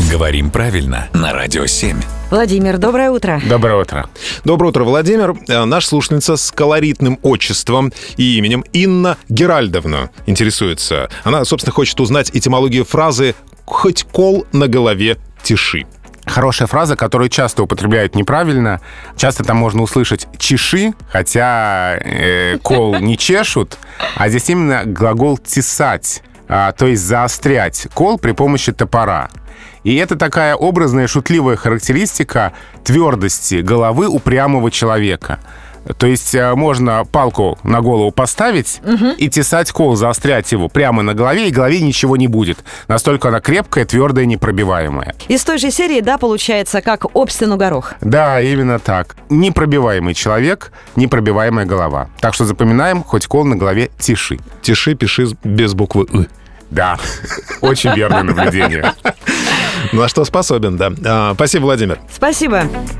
Говорим правильно на Радио 7. Владимир, доброе утро. Доброе утро. Доброе утро, Владимир. Наша слушательница с колоритным отчеством и именем Инна Геральдовна интересуется. Она, собственно, хочет узнать этимологию фразы «хоть кол на голове тиши». Хорошая фраза, которую часто употребляют неправильно. Часто там можно услышать «чеши», хотя кол не чешут, а здесь именно глагол «тесать», то есть заострять кол при помощи топора. И это такая образная, шутливая характеристика твердости головы упрямого человека. То есть можно палку на голову поставить и тесать кол, заострять его прямо на голове, и голове ничего не будет. Настолько она крепкая, твердая, непробиваемая. Из той же серии, да, получается, как об стену горох. Да, именно так. Непробиваемый человек, непробиваемая голова. Так что запоминаем, хоть кол на голове тиши. Тиши, пиши без буквы «ы». Да, очень верное наблюдение. На что способен, да. Спасибо, Владимир. Спасибо.